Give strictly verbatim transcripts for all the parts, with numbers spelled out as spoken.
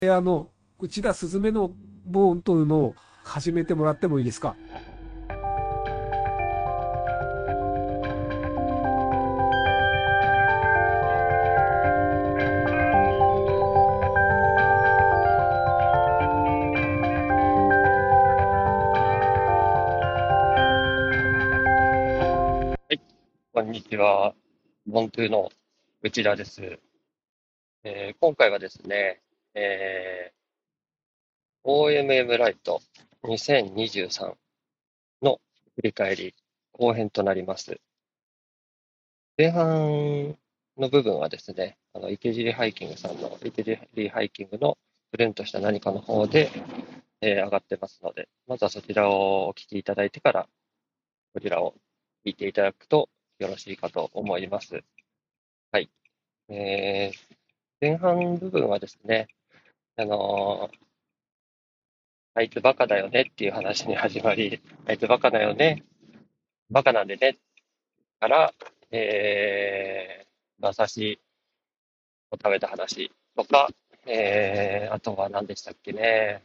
あの、内田すずめのボーンというのを始めてもらってもいいですか？ はい、こんにちは。モントゥの内田です。えー今回はですね、えー オーエムエム ライトにせんにじゅうさんの振り返り後編となります。前半の部分はですね、あの池尻ハイキングさんの池尻ハイキングのプルンとした何かの方で、えー上がってますので、まずはそちらをお聞きいただいてから、こちらを聞いていただくとよろしいかと思います。はい。えー前半部分はですね、あのーあいつバカだよねっていう話に始まり、あいつバカだよね、バカなんでね、から、えー、馬刺しを食べた話とか、えー、あとは何でしたっけね、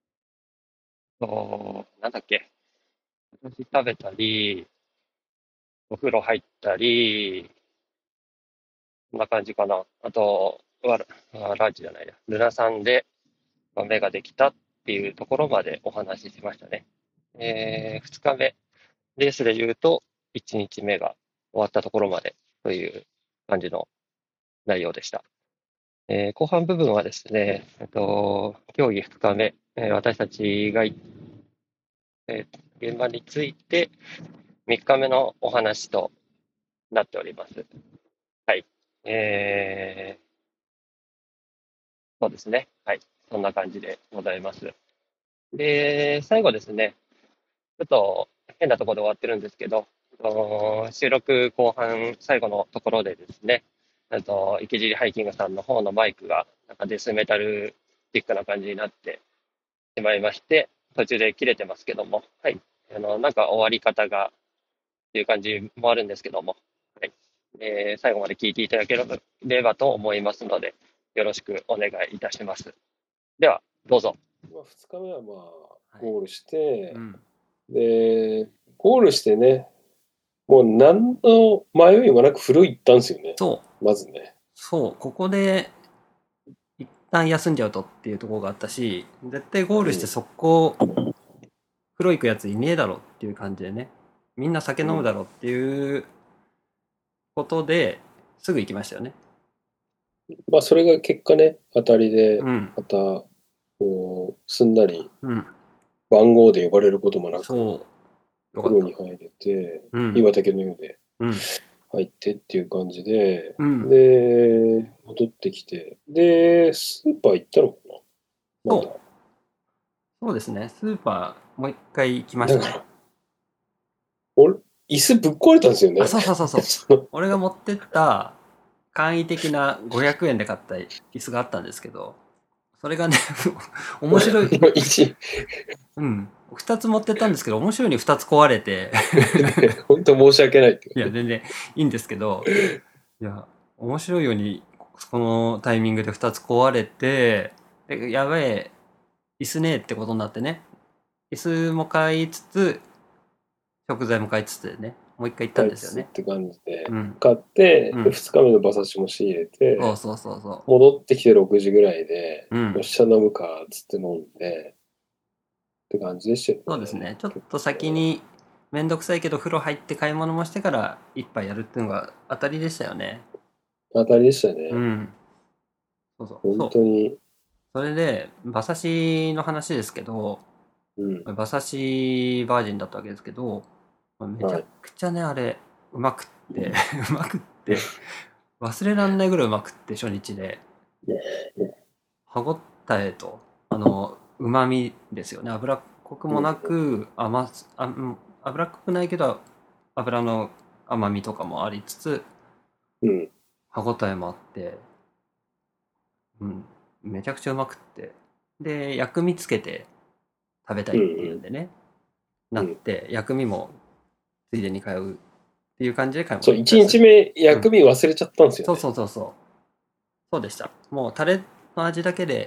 と、なんだっけ、馬刺し食べたり、お風呂入ったり、こんな感じかな。あと、わラランチじゃないや、ルナさんで目ができたっていうところまでお話ししましたね。えー、ふつかめ、レースで言うと、いちにちめが終わったところまでという感じの内容でした。えー後半部分はですね、えっと、競技ふつかめ、えー私たちがい、えー現場についてみっかめのお話となっております。はい。えー、そうですね。はい。そんな感じでございます。で、最後ですね、ちょっと変なところで終わってるんですけど、と収録後半最後のところでですね、あと池尻ハイキングさんの方のマイクがなんかデスメタルティックな感じになってしまいまして、途中で切れてますけども、はい。あの、なんか終わり方がっていう感じもあるんですけども、はい。えー最後まで聞いていただければと思いますので、よろしくお願いいたします。では、どうぞ。 まあ、ふつかめはまあ、 はい。 ゴールして、 うん。 で、ゴールしてね、もう何の迷いもなくフル行ったんですよね。 そう、 まずね。 そう、ここで一旦休んじゃうとっていうところがあったし、絶対ゴールしてうん。 速攻、風呂行くやついねえだろっていう感じでね、みんな酒うん。 飲むだろっていうことですぐ行きましたよね。 まあ、それが結果ね、当たりで、 うん、 また、こう、すんなりうん、 番号で呼ばれることもなく、 そう、よか風呂った。 に入れて、 うん、 岩手県の湯でうん、 入ってっていう感じで、 うん。 で、戻ってきて、で、スーパー行ったのかなまた。 そう、そうですね。スーパーもう一回行きましたね。 だから、俺、椅子ぶっ壊れたんですよあ、 ね。 そうそうそうそう。 その俺が持ってった簡易的なごひゃくえんで買った椅子があったんですけど、それがね、面白い、 一、 うん。ふたつ持ってったんですけど、面白いにふたつ壊れて、 本当申し訳ないっていういや、 かね。 全然いいんですけど、いや、面白いように、このタイミングでふたつ壊れて、でやべえ、椅子ねえってことになってね、椅子も買いつつ、食材も買いつつでね、もう一回行ったん買いですよね。 つつって感じで、 うん。 買って、で、 うん。 ふつかめの馬刺しも仕入れて、 そうそうそうそ戻ってきてろくじぐらいで、 う。うん。 よっしゃ飲むか、っつって飲んで、って感じでしたよね。 そうですね。ちょっ結と先構ね。 に、めんどくさいけど風呂入って買い物もしてから一杯やるっていうのが当たりでしたよね。 当たりでしたね。 うん。そうそう。 本そう。 当に。 それで、馬刺しの話ですけど、 うん。 馬刺しバージンだったわけですけど、めちゃはい。 くちゃね、あれ、うまくって、うまくって、忘れらんないぐらいうまくって、初日で。歯ごたえと、あの、うまみですよね。脂っこくもなうん。 く、甘す、あ、うん、脂っこくないけど、油の甘みとかもありつつ、 うん。 歯ごたえもあって、うん、めちゃくちゃうまくって。で、薬味つけて食べたうん。 いっていうんでね、なうん。 って、薬味もついでに買うっていう感じで買いそう、 物行った 1 りする。 日目、薬うん。 味忘れちゃったんですよそうね。 そうそうそう。そうでした。もうタレの味だけで食っ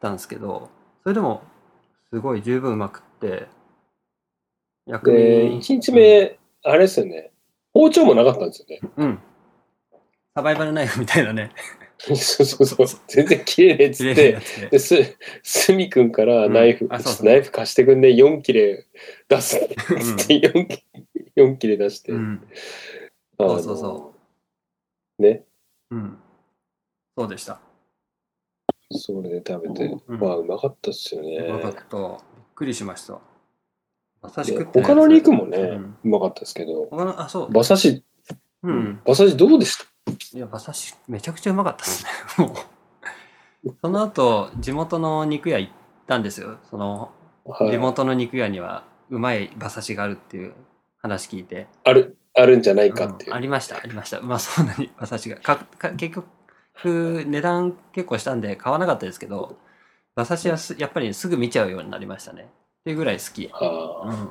たんですけど、それでもすごい十分うまくって薬味で、いちにちめ、あれですよね。包丁もなかったんですよね。 うん、うん、サバイバルナイフみたいなねそうそうそう。全然切れねえっつっ綺麗なやて、 つで、 で、す、すみくんからナイフ、 うんあそうそうナイフ貸してくんね、よん切れ出すってつってよん、よん切れ出して、 うん、 あのそうそうそね、 う、うん、そうでした。 それで食べて、 うんまあ、うまかったっすようまかっね。 た。びっくりしました。馬刺しで食ってるやつ。 他の肉もね、 ううんまかったですけど、 他の、あ、そう。 馬刺し、 うん。 馬刺しどうでした？ いや、馬刺しめちゃくちゃうまかったですね。もう。その後、地元の肉屋行ったんですよ。その、 はい地元の肉屋にはうまい馬刺しがあるっていう話聞いて。 ある、あるんじゃないうんかっていう。 ありました、ありました。うまそうな馬刺しが。かか結局、値段結構したんで買わなかったですけど、馬刺しはすやっぱりすぐ見ちゃうようになりましたね。っていうぐらい好き。 ああ、 うん。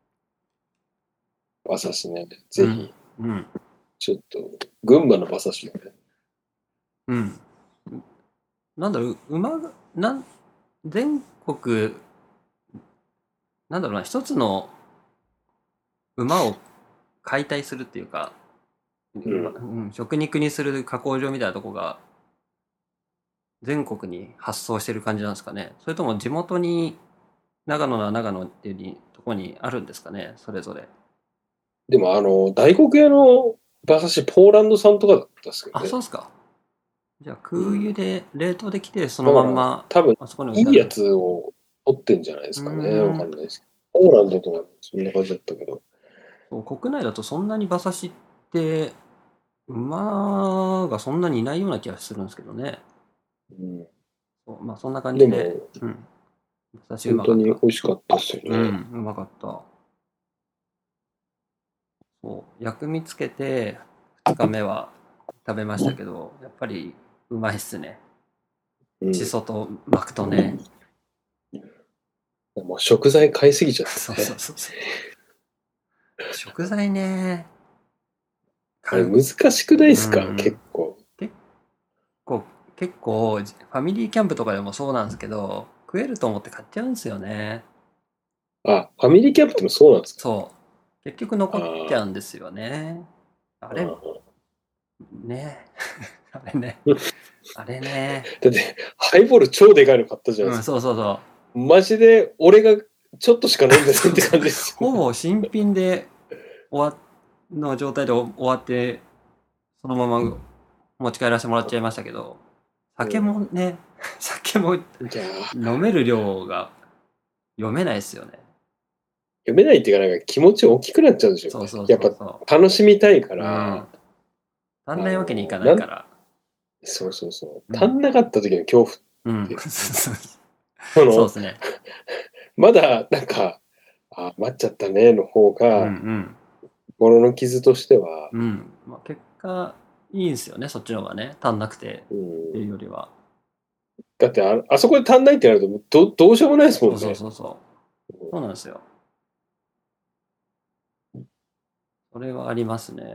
馬刺しね、ぜひ、 うん。うん。 ちょっと、群馬の馬刺しもね、 うん。なんだろう、馬が、なん、全国、なんだろうな、一つの馬を解体するっていうか、馬うんうん、食肉にする加工場みたいなとこが全国に発送してる感じなんですかね。それとも地元に長野な長野っていうにとこにあるんですかね、それぞれ。 でも、あの、大黒屋の馬刺し、ポーランド産とかだったんですけどあ、 ね。 そうっすか。じゃあ空輸で冷凍できてそのだから、 まんま多分、 あそこに置いてある。 いいやつを取ってんじゃないですかうね。 ーんわかんないですけど。ポーランドとか、そんな感じだったけど。 そう国内だとそんなに馬刺しって馬がそんなにいないような気がするんですけどね。 うん、 そうまあそんな感でじで、 も、 うん。馬刺しう本当まかった。 に美味しかったですよね。 うん、うまかった。そう、薬味つけてふつかめは食べましたけど、やっぱりうまいっすね。 うん、 しそと巻くとね。 もう食材買いすぎちゃってそうね。 そうそうそう。食材ね。 あれ難しくないですか、 うん結構。 結構、結構、ファミリーキャンプとかでもそうなんですけど、食えると思って買っちゃうんですよね。 あ、ファミリーキャンプでもそうなんですか？ そう。結局残っちゃうんですよね。あれ、 あーね。あれね。あれね。 だって、ハイボール超でかいの買ったじゃないうん、 ですか。 そうそうそう。 マジで、俺がちょっとしか飲んでないって感じですよ。 ほぼ新品で終わの状態で終わって、そのまま持ち帰らせてもらっちゃいましたけど、酒もね、酒もいやー飲める量が読めないですよね。 読めないっていうか、なんか気持ち大きくなっちゃうんでしょね。 そううそうやっそうそぱ楽しみたいかう。うら、 ん。足んないわけにいかないから。 そうそうそうう。 ん足んなかった時の恐怖。 うん。 そそうのですね。 まだ、なんか、あ、待っちゃったね、の方うんうが、 ん。 心の傷としては、 うん。まあ、結果、いいんですよね、そっちの方がね。足んなくてうんっていうよりは。 だってあ、あそこで足んないってなると、どどうしようもないですもんね。 そうそうそうそう。そうなんですよ。それはありますね。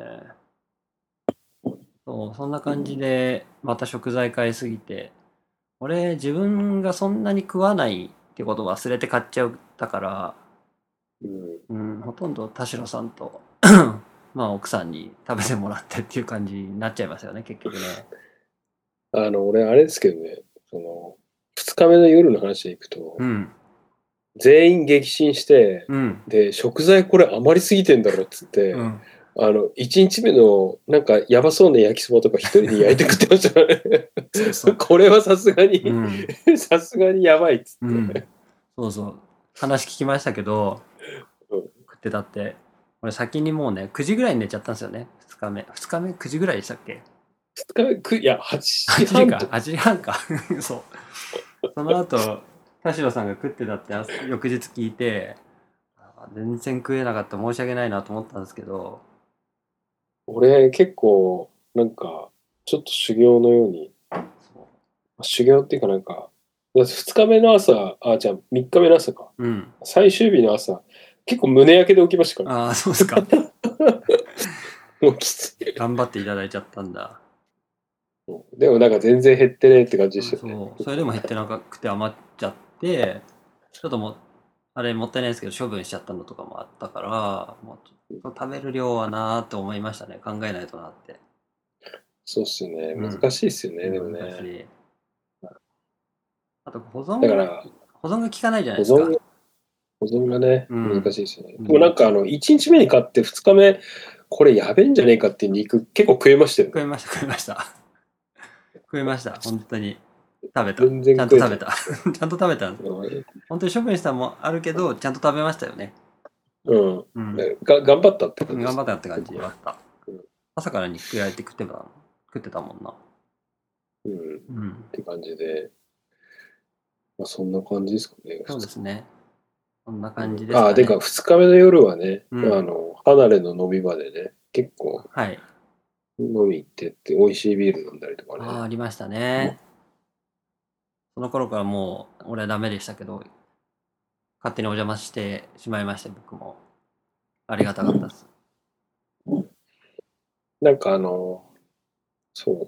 そう、そんな感じで、また食材買いすぎて、俺、自分がそんなに食わないってことを忘れて買っちゃったから、 うんうん、ほとんど田代さんと、まあ奥さんに食べてもらってっていう感じになっちゃいますよね、結局ね。 あの、俺、あれですけどね、その、二日目の夜の話でいくと、 うん、 全員激震して、 うん、 で、食材これ余りすぎてんだろっつって、 うん。 あの、一日目の、なんか、やばそうな焼きそばとか一人で焼いて食ってましたからね。 そうそう。 これはさすがうに、 ん、 さすがにやばいっつって。 うん。そうそう。話聞きましたけど、 うん食ってたって、俺先にもうね、くじぐらいに寝ちゃったんですよね、ふつかめ。ふつかめくじぐらいでしたっけ？ 二日目く、いや、はち 8 時半と。 時か、はちじはんか。そう。その後、田代さんが食ってたって朝翌日聞いて、あ全然食えなかった、申し訳ないなと思ったんですけど、 俺、結構、なんか、ちょっと修行のように、 そ修行っていうかなんか、二日目の朝、あ、じゃあ三日目の朝か。 う。うん。 最終日の朝、結構胸焼けで起きましたから。 ああ、そうですか。 もうきつい。 頑張っていただいちゃったんだ。 うんでもなんか全然減ってねえって感じでしたよね。 そう、それでも減ってなくて余っちゃって、ちょっともう、あれもったいないですけど、処分しちゃったのとかもあったから、もうちょっと食べる量はなーって思いましたね。考えないとなって。 そうっすよね。 うん難しいっすよね、でもね。 難しい。あと保存が、 だから、 保存が効かないじゃない保ですか。 存、保存がね、 うん難しいですよね。 うんでもなんかあの、いちにちめに買ってふつかめ、これやべえんじゃねえかっていう肉結構食えましたよね。 食いました、食いました。食いました、本当に。食べた。 全然ちゃんと食えた食べた。ちゃんと食べたんです。 うん本当に処分したのもあるけど、ちゃんと食べましたよね。 うん。 うん。 が頑張ったって感じです。 頑張ったって感じはあったうん。 朝から肉焼いて食ってた、食ってたもんな。 うん。っうん。 て感じで、まあ、そんな感じですかね。 そうですね。こんな感じうんああ、でか、 ですかね。 ふつかめの夜はね、 うんあの、離れの飲み場でね、結構はい。 飲み行ってって、美味しいビール飲んだりとかああ、 ね。 ありましたね。その頃からもう、俺はダメでしたけど、勝手にお邪魔してしまいまして、僕も。ありがたかったです。 なんかあの、そう、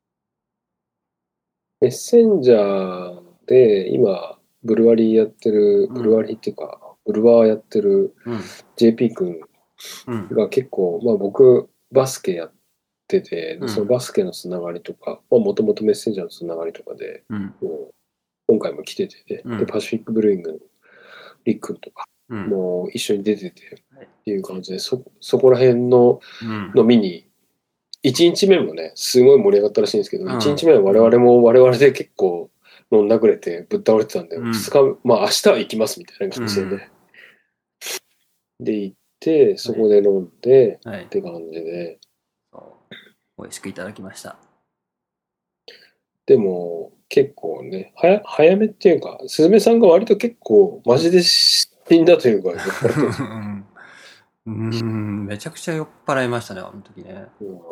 メッセンジャーで今、ブルワリーやってる、 うんブルワリーっていうか、ブルワーやってるうん。 ジェーピー 君うん。 が結構、まあ僕、バスケやってて、でうんそのバスケのつながりとか、まあもともとメッセンジャーのつながりとかで、 うん。 もう今回も来ててね、 うんで、パシフィックブルーイングのリックンとか、 うん。 もう一緒に出ててはいっていう感じで、そ、そこら辺のうん。 飲みに、いちにちめもね、すごい盛り上がったらしいんですけど、 うんいちにちめは我々も我々で結構飲んだくれてぶっ倒れてたんで、 うんふつか、まあ明日は行きますみたいな感じでね。で、行って、そこで飲んで、 はいっ。て感じで、 そう美味しくいただきました。 でも結構ね、はや早めっていうか、すずめさんが割と結構マジで死んだというか、酔っ払ってるんですよ。 うんうん、めちゃくちゃ酔っ払いましたね、あの時ね。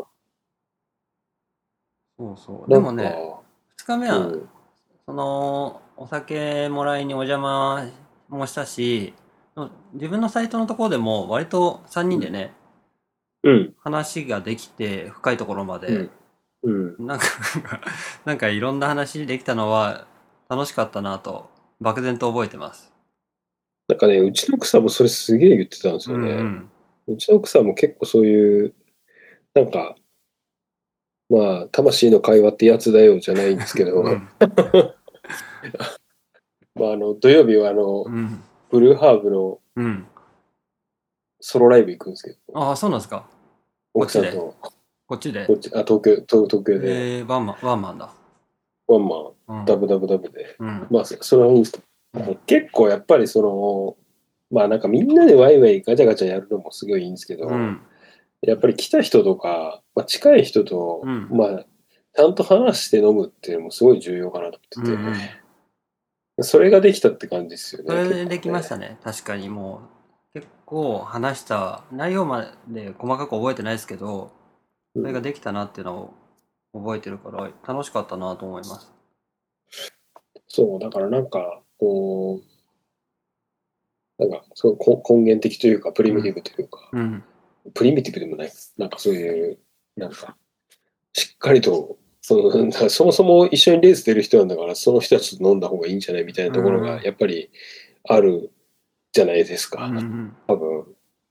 そうそう。 なんか、 でもね、ふつかめは、 うん、 その、お酒もらいにお邪魔もしたし、自分のサイトのところでも割とさんにんでね、 うん、 話ができて、深いところまで、 うん、うん。 なんか、なんかいろんな話できたのは楽しかったなと、漠然と覚えてます。 なんかね、うちの奥さんもそれすげえ言ってたんですうよね。 んうん。 うちの奥さんも結構そういう、なんか、まあ、魂の会話ってやつだよじゃないんですけど、 うん。 まあ、あの、土曜日はあの、 うん。 ブルーハーブのうん。 ソロライブ行くんですけど、 ああ、そうなんですか。こっちで奥さんと、 こっちでこっち、あ、東京、東東京で、 えー、ワンマン、ワンマンだ。 ワンマン、 うん。 ダブダブダブで、 うん。 まあ、そそれはいいんですけど、結構やっぱりその、まあなんかみんなでワイワイガチャガチャやるのもすごいいいんですけど、 うん。 やっぱり来た人とか、まあ、近い人と、 うんまあ、ちゃんと話して飲むっていうのもすごい重要かなとうん思ってて、 うん。 それができたって感じですよそね、 れででき結構ね。 ましたね。確かにもう、結構話した内容まで細かく覚えてないですけど、それができたなっていうのを覚えてるから、楽しかったなと思います。 そう、だからなんか、こう、なんか、そうこ根源的というか、プリミティブというか、 うん。 プリミティブでもない、なんかそういう、なんか、しっかりと、その、なんかそもそも一緒にレース出る人なんだから、その人たちと飲んだ方がいいんじゃないみたいなところが、 うんやっぱりあるじゃないですうんうか、 ん。 多分。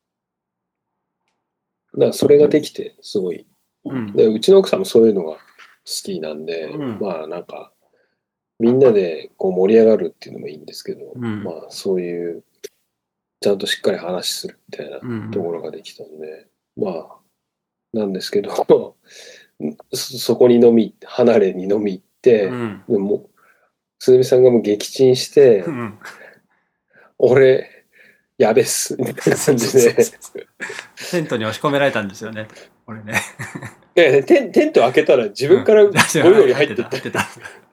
だからそれができて、すごい。 うん。 で、うちの奥さんもそういうのが好きなんで、 うんまあなんか、みんなでこう盛り上がるっていうのもいいんですけど、 うんまあそういう、ちゃんとしっかり話するみたいなうんところができたんで、まあ、なんですけど、そそこに飲み、離れに飲み行って、 うんでも、鈴見さんがもう撃沈して、 うん俺、やべっす、みたいな感じで、 テントに押し込められたんですよね。俺ね。 いやいやテンテント開けたら自分からゴリゴリ入ってった。 入ってた。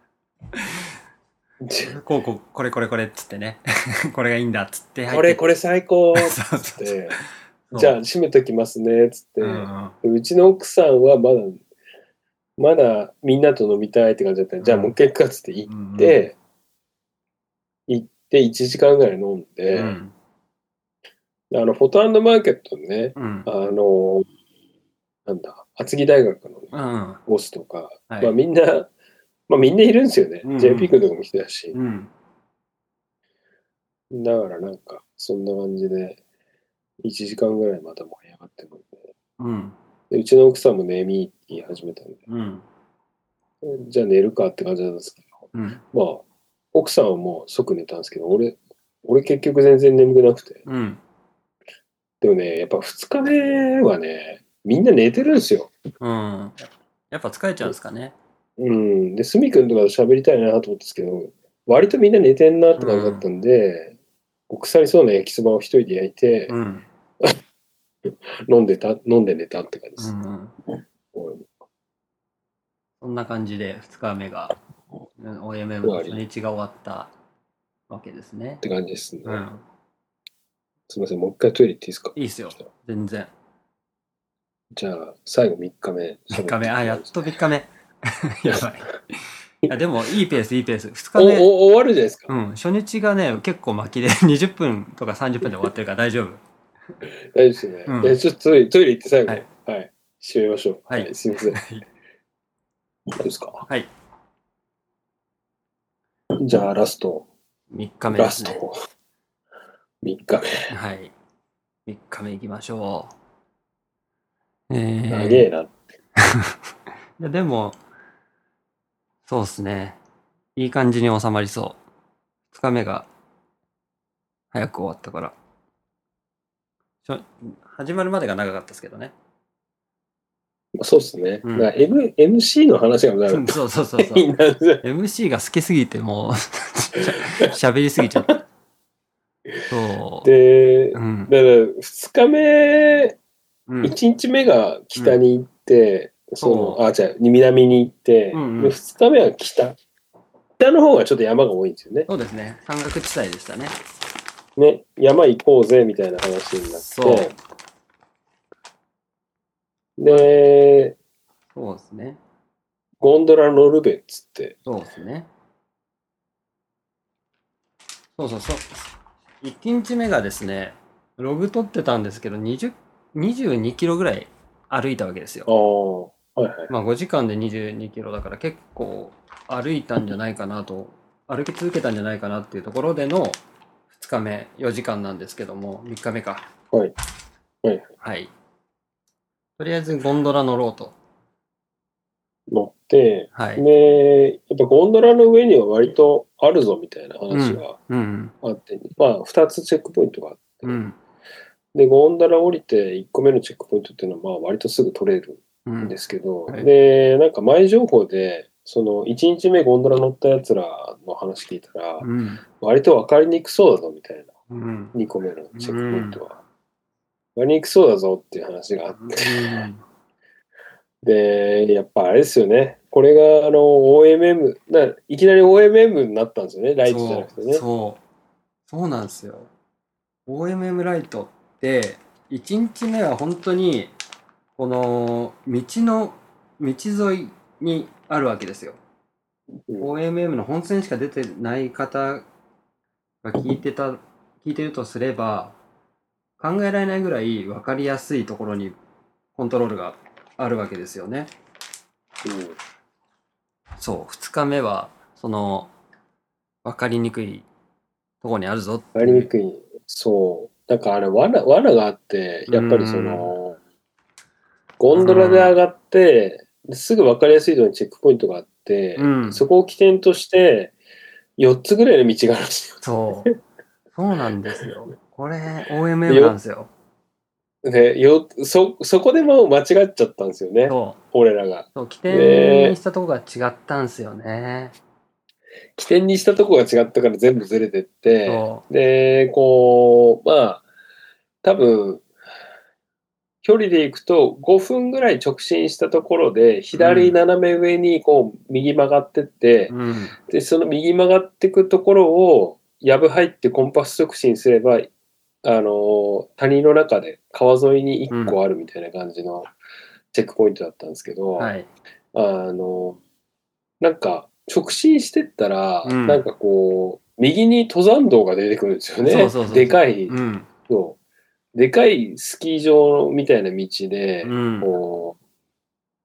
こうこう、これこれこれっつってね。これがいいんだっつって入って。 これこれ最高っつそうそうそうって、 そうじゃあ閉めときますねっつって、 うんうちの奥さんはまだ、まだみんなと飲みたいって感じだったら、 うんじゃあもう一回行くかっつって行って、行っていちじかんぐらい飲んで、 うんあの、フォトマーケットでね、 うんあの、なんだ、 厚木大学の、ねうん。 ボスとか、 はいまあみんな、まあみんないるんですよね。 うんうんジェーピー 君とかも来てたし。 うん。 だからなんか、そんな感じで、いちじかんぐらいまた盛り上がってくるんで。 うん。 でうちの奥さんも寝見言い始めたんで、 うん。 じゃあ寝るかって感じなんですけど、 うん。 まあ、奥さんはもう即寝たんですけど、俺、俺結局全然眠くなくて。 うん。 でもね、やっぱふつかめはね、みんな寝てるんですよ。 うん。やっぱ疲れちゃうんですかね。 うん。で、すみくんとかと喋りたいなと思ったんですけど、割とみんな寝てんなって感じだったんで、お腐りそうな焼きそばを一人で焼いて、 うん。 飲んでた、飲んで寝たって感じでうす。 ん。 俺もそんな感じでふつかめが、うん オーエムエム の初日が終わったわけですねっ。て感じですね。 うん。 すみません、もう一回トイレ行っていいですか？ いいっすよ。全然。 じゃあ、最後みっかめ。 みっかめ。あ、やっとみっかめ。やばい。いや、でも、いいペース、いいペース。ふつかおめ。 お終わるじゃないですか。 うん。初日がね、結構巻きでにじゅっぷんとかさんじゅっぷんで終わってるから大丈夫。 大丈夫ですね。 うんえちょっとトイレトイレ行って最後、 ははいい、締めましょう。 はいはい、すみません。 はいどうですか？ はい。 じゃあ、ラスト。 みっかめでラスすね。 ト。みっかめ。 はい。みっかめいきましょう。えー、 長えな。 いやでも、そうですね。いい感じに収まりそう。ふつかめが早く終わったから。しょ始まるまでが長かったですけどね。 そうですね。 うんだから M、エムシー の話がなる。 そうそうそうそう。 いいなエムシー が好きすぎてもうしゃべりすぎちゃった。そう。 で、 うん。 だからふつかめ、 うんいちにちめが北に行って、その、 そうあ、じゃあ、南に行って、 うんうんでふつかめは北。北の方がちょっと山が多いんですよね。 そうですね。山岳地帯でしたね。 ね、山行こうぜみたいな話になそうって、で、 そうですね。 ゴンドラ乗るべっつって、 そうですね。そうそうそう。いちにちめがですね、ログ取ってたんですけど、にじゅう、にじゅうにキロぐらい歩いたわけですよあ。あ、はいはい。 まあごじかんでにじゅうにキロだから結構歩いたんじゃないかなと、歩き続けたんじゃないかなっていうところでのふつかめよじかんなんですけども、みっかめか。 はい。はい。 はい。とりあえずゴンドラ乗ろうと。 乗って、 はい。 で、やっぱゴンドラの上には割とあるぞみたいな話がうん。 あって、まあふたつチェックポイントがあって、 うん。 で、ゴンドラ降りていっこめのチェックポイントっていうのはまあ割とすぐ取れるうんん。 ですけど、 はいで、なんか前情報で、そのいちにちめゴンドラ乗ったやつらの話聞いたら、 うん。 割と分かりにくそうだぞみたいな、 うん。 にこめのチェックポイントは。分かりにくそうだぞっていう話があって、で、やっぱあれですよね。これがあの オーエムエム、ないきなり オーエムエム になったんですよね。ライトじゃなくてね。 そうそうそうなんですよ オーエムエム ライトっていちにちめは本当にこの道の道沿いにあるわけですよ、 うんオーエムエム の本線しか出てない方が聞いてた聞いてるとすれば考えられないぐらい分かりやすいところにコントロールがあるわけですよね。 うんそうふつかめはその分かりにくいところにあるぞって分かりにくい。そう。なんかあれ、罠、罠があって、やっぱりその、ゴンドラで上がって、すぐ分かりやすいところにチェックポイントがあって、 うんそこを起点として、よっつぐらいの道があるんですよ。 そうそうなんですよこれ オーエムエム なんですよ。 でよそそこでもう間違っちゃったんですよね、 そう俺らが。 そう起点にしたとこが違ったんですよね。 起点にしたとこが違ったから全部ずれてってそ、 で、こう、まあ、多分、距離で行くとごふんぐらい直進したところで、左斜め上にこう右曲がってって、 うんで、その右曲がっていくところを、やぶ入ってコンパス直進すれば、あの、谷の中で川沿いにいっこあるみたいな感じのチェックポイントだったんですけど、 はいあの、なんか、直進してったら、 うんなんかこう、右に登山道が出てくるんですよね。 そうそうそうそうでかい、 うんそうでかいスキー場みたいな道で、 うんこう、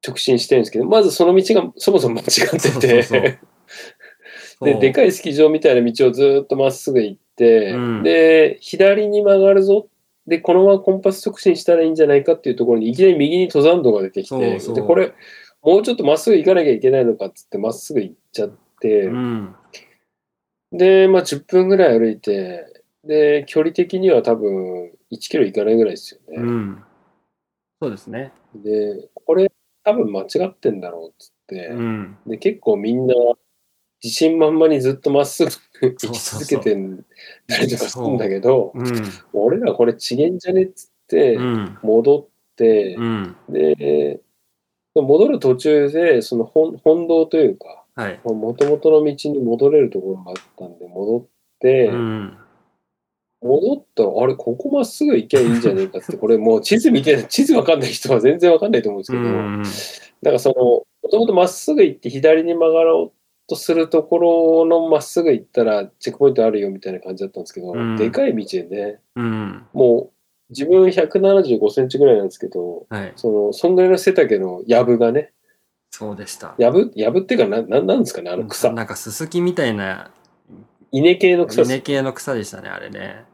直進してるんですけど、まずその道がそもそも間違ってそうそうて、 そうで、でかい、 いスキー場みたいな道をずっとまっすぐ行って、 うんで、左に曲がるぞ。で、このままコンパス直進したらいいんじゃないかっていうところに、いきなり右に登山道が出てきて、 そうそうで、これ、もうちょっとまっすぐ行かなきゃいけないのかっつって、まっすぐ行っちゃって、 うんで、まあじゅっぷんぐらい歩いて、で、距離的には多分いちキロ行かないぐらいですよね。 うんそうですね。 で、これ多分間違ってんだろうっつって、 うんで、結構みんな自信満々にずっとまっすぐ行きそうそう続けてたりとかするんだけど、 うん俺らこれ違えんじゃねっつってうん戻って、 うんで、戻る途中でその本本道というか、 はいもともとの道に戻れるところがあったんで戻って、 うん戻ったら、あれ、ここまっすぐ行けばいいんじゃねえかって、これもう地図見て、地図わかんない人は全然わかんないと思うんですけど、 うんなんかその、もともとまっすぐ行って左に曲がろうとするところのまっすぐ行ったらチェックポイントあるよみたいな感じだったんですけど、 うんでかい道でね、 うんもう自分ひゃくななじゅうごセンチぐらいなんですけど、 はいその、そんぐらいの背丈の藪がね、 そうでした。 藪、藪っていうかな、ななんですかね、あの草。 なんかススキみたいな稲系の草です稲系の草でしたねあれね。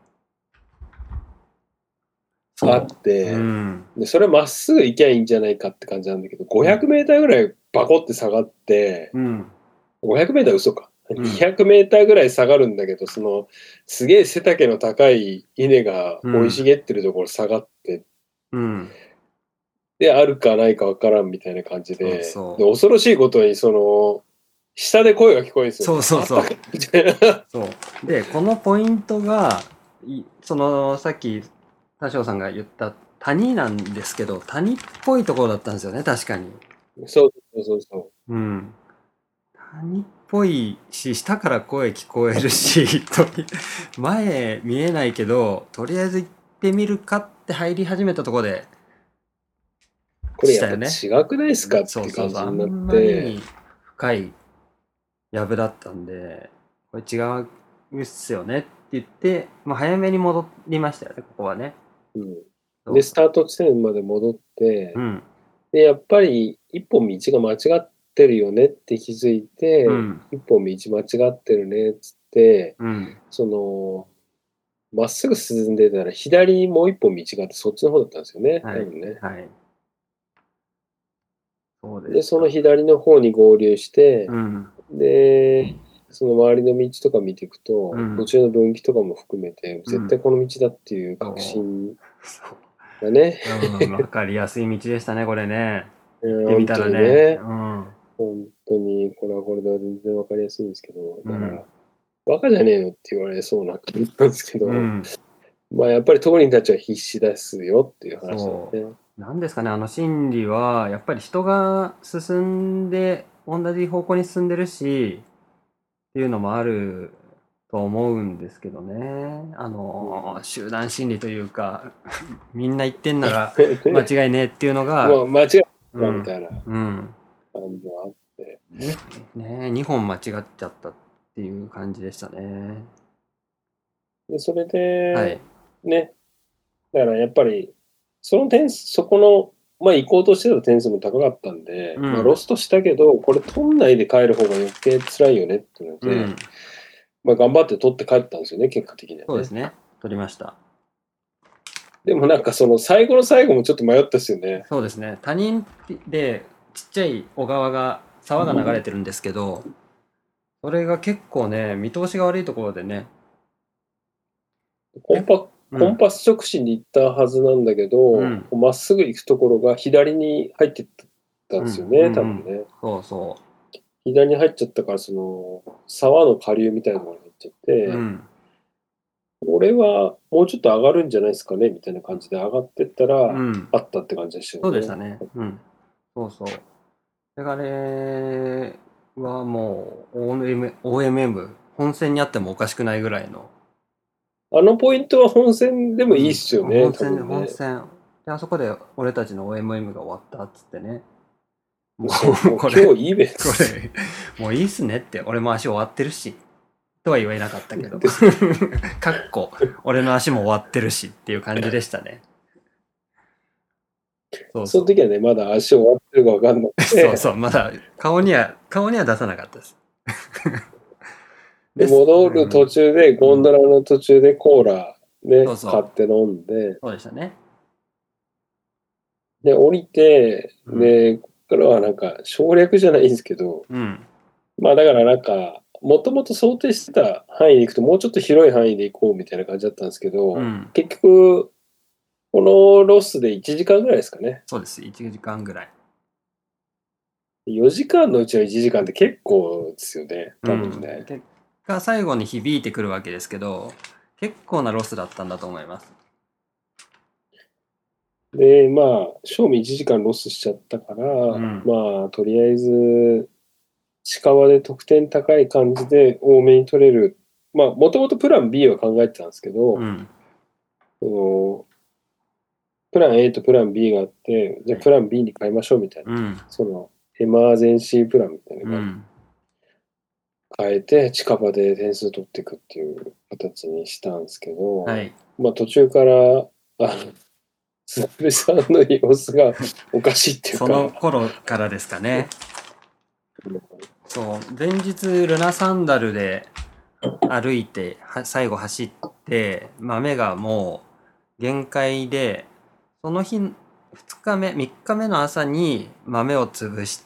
あって、 うんでそれまっすぐ行きゃいいんじゃないかって感じなんだけど、ごひゃくメーターぐらいバコって下がって、 うんごひゃくメーター嘘か。 んにひゃくメーターぐらい下がるんだけど、その、すげえ背丈の高い稲が生い茂ってるところ下がって、 うんで、あるかないかわからんみたいな感じで、 そうそうで恐ろしいことに、その、下で声が聞こえるんですよ。 そうそうそうあったかいみたいな。 そうでこのポイントがいそのさっき田代さんが言った谷なんですけど谷っぽいところだったんですよね確かに。 そうそうそうそう。 うん谷っぽいし下から声聞こえるしと前見えないけどとりあえず行ってみるかって入り始めたところでこれやっぱしたよね違くないですかってそうそうそうあ感じになっんまりてに、深い藪だったんでこれ違うっすよねって言って、まあ、早めに戻りましたよねここはね。 うん、 そうで、スタート地点まで戻って、 うんで、やっぱり一本道が間違ってるよねって気づいて、 うん一本道間違ってるねっつって、 うんその、まっすぐ進んでたら左にもう一本道があってそっちの方だったんですよね、 はい多分ね。 はいそうですで、その左の方に合流して、 うんで、その周りの道とか見ていくと、 うん途中の分岐とかも含めて、絶対この道だっていう確信がね、 そう、うん、分かりやすい道でしたねこれね。 うん行ってみたら本当にね。 ね、 うん本当にこれはこれで全然わかりやすいんですけど、だから、 うんバカじゃねえのって言われそうな感じなんですけど、 うんまあやっぱり当人たちは必死ですよっていう話なんでね。 なんですかねあの心理はやっぱり人が進んで同じ方向に進んでるしっていうのもあると思うんですけどねあの集団心理というかみんな言ってんなら間違いねえっていうのが、 まあ間違えたうんみたいなうん感じはあって。 ねにほん間違っちゃったっていう感じでしたね。 で、それで、 はいね、だからやっぱり、その点数、そこの、まあ行こうとしてた点数も高かったんで、 うんまあロストしたけど、これ取んないで帰る方が余計辛いよねっていうので、 うんまあ頑張って取って帰ったんですよね、結果的にはね。 そうですね取りました。 でもなんかその最後の最後もちょっと迷ったですよね。 そうですね他人でちっちゃい小川が沢が流れてるんですけど、それが結構ね見通しが悪いところでねコンパ、 うんコンパス直進に行ったはずなんだけど、 うんまっすぐ行くところが左に入ってったんですよね、 うん多分ね。 そうそ左に入っちゃったから、その沢の下流みたいなところに入っちゃって、 う、うん、 俺はもうちょっと上がるんじゃないですかねみたいな感じで上がってったら、 うん、 あったって感じでしたよね。 そうでしたね。うん。そうそう。で、あれはもう オーエム、オーエムエム、本線にあってもおかしくないぐらいの。 あのポイントは本戦でもいいっすよね、 本線、 多分ね本線。で、あそこで俺たちの オーエムエム が終わったっつってね。もそうう、これ、こ今日いいべっつってれ、もういいっすねって、俺も足終わってるし。とは言えなかったけど。かっこ、俺の足も終わってるしっていう感じでしたね。 そうそうその時はね、まだ足終わってるか分かんなくて、 そうそう、まだ顔には顔には出さなかったです。 で戻る途中で、ゴンドラの途中でコーラね、 そうそう買って飲んで、 そうでしたね。 で、降りて、 うんで、ここからはなんか省略じゃないんですけど、 うんまあだからなんか、もともと想定してた範囲で行くと、もうちょっと広い範囲で行こうみたいな感じだったんですけど、 うん結局、このロスでいちじかんぐらいですかね。 そうです、いちじかんぐらい。 よじかんのうちのいちじかんって結構ですよね、多分ね。 うん、結果最後に響いてくるわけですけど、結構なロスだったんだと思います。 で、まあ、賞味いちじかんロスしちゃったから、 んまあ、とりあえず、近場で得点高い感じで多めに取れる。まあ、もともとプラン B は考えてたんですけど、 うんそのプラン A とプラン B があって、じゃあプラン B に変えましょうみたいな、 うんそのエマージェンシープランみたいなうのがん変えて、近場で点数取っていくっていう形にしたんですけど、 はいまあ途中から、あの、スナベさんの様子がおかしいっていうか、 その頃からですかね。そう前日ルナサンダルで歩いては最後走って豆がもう限界で、その日ふつかめみっかめの朝に豆を潰して、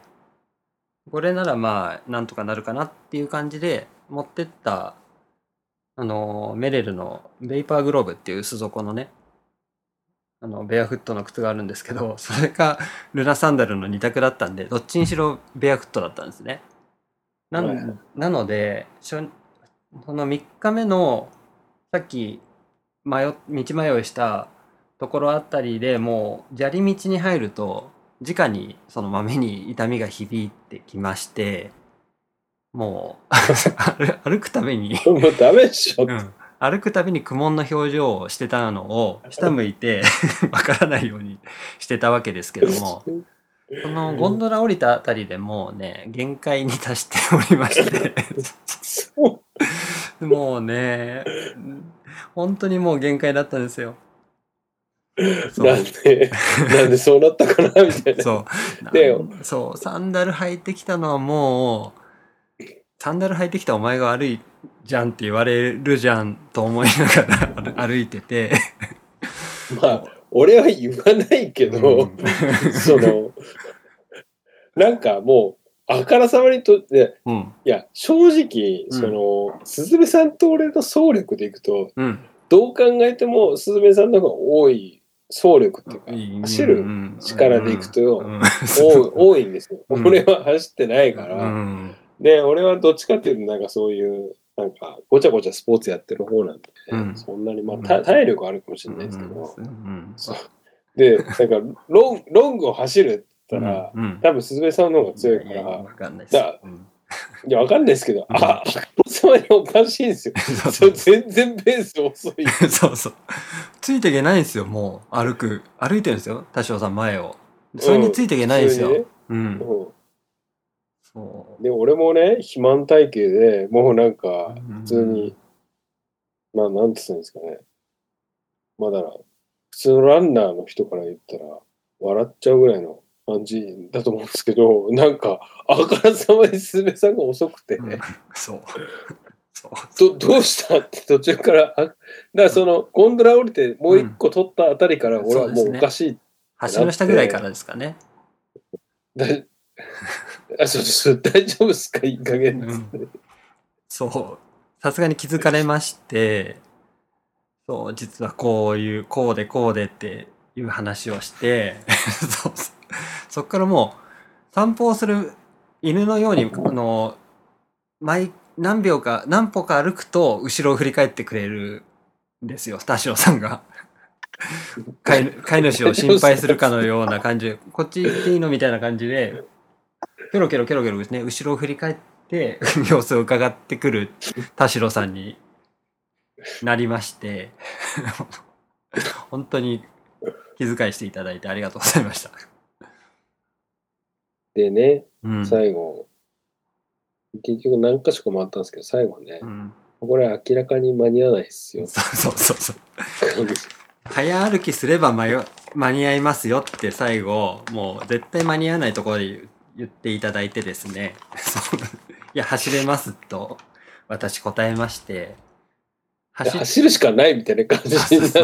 これならまあなんとかなるかなっていう感じで持ってったあのメレルのベイパーグローブっていう薄底のね、あのベアフットの靴があるんですけど、それかルナサンダルのに択だったんで、どっちにしろベアフットだったんですね。なはいなので初そのみっかめのさっき迷道迷いしたところあたりでもう砂利道に入ると直にその豆に痛みが響いてきまして、もう歩歩くたびに、 もうダメでしょ。 うん、歩くたびに苦悶の表情をしてたのを下向いてわからないようにしてたわけですけども、そのゴンドラ降りたあたりでもうね限界に達しておりましてそうもうね本当にもう限界だったんですよ。そうなんで、なんでそうなったかなみたいな。 そうでなんそうサンダル履いてきたのはもうサンダル履いてきたお前が悪いじゃんって言われるじゃんと思いながら歩いててまあ、俺は言わないけど、 うんその、なんかもう、あからさまにとって、 うんいや、正直、 うんその、スズメさんと俺の走力でいくと、 うんどう考えてもスズメさんの方が多い走力っていうか、 いい走る力でいくと、 うんうん多い多いんですよ。 うん俺は走ってないから、 うんで、俺はどっちかっていうと、なんかそういう、なんか、ごちゃごちゃスポーツやってる方なんで、 うんそんなに、まあ、 うんた体力あるかもしれないですけど、 うんそうで、なんかロン、ロングを走るって言ったら、 うんうん多分、スズメさんの方が強いから、 いやわかんないです。 だうんいや、わかんないですけど、 うんあ、さまにおかしいんですよ。 そうそれ全然ペース遅い。 そうそう。ついていけないんですよ、もう。歩く。歩いてるんですよ、田代さん前を。それについていけないんですよ。 うん普うん。 うんそう。 で、俺もね、肥満体型でもうなんか、 普普通に、まあ、なんて言うんですかね。まあ、だから、普通のランナーの人から言ったら、笑っちゃうぐらいの感じだと思うんですけど、なんか、あからさまにスズメさんが遅くて、 うんそう。そう。 どどうしたって途中から、あだからその、ゴンドラ降りてもう一個取ったあたりから、俺はもうおかしい。 橋の下ぐらいからですかね。 だあそうそう大丈夫っすかいい加減です、 うんそう。さすがに気づかれまして、そう、実はこういう、こうでこうでっていう話をして、そうそっからもう散歩をする犬のように、あの、毎何秒か、何歩か歩くと後ろを振り返ってくれるんですよ、田代さんが。飼い飼い主を心配するかのような感じで、こっち行っていいのみたいな感じで、キョロキョロキョロキョロですね、後ろを振り返って様子を伺ってくる田代さんになりまして、本当に気遣いしていただいてありがとうございました。 でね、 うん。 最後、結局何箇所か回ったんですけど、最後ね、 うん、 これ明らかに間に合わないですよ。 そうそうそうそう。早歩きすれば迷間に合いますよって最後もう絶対間に合わないところで言っていただいてですねそういや走れますと私答えまして走走るしかないみたいな感じになって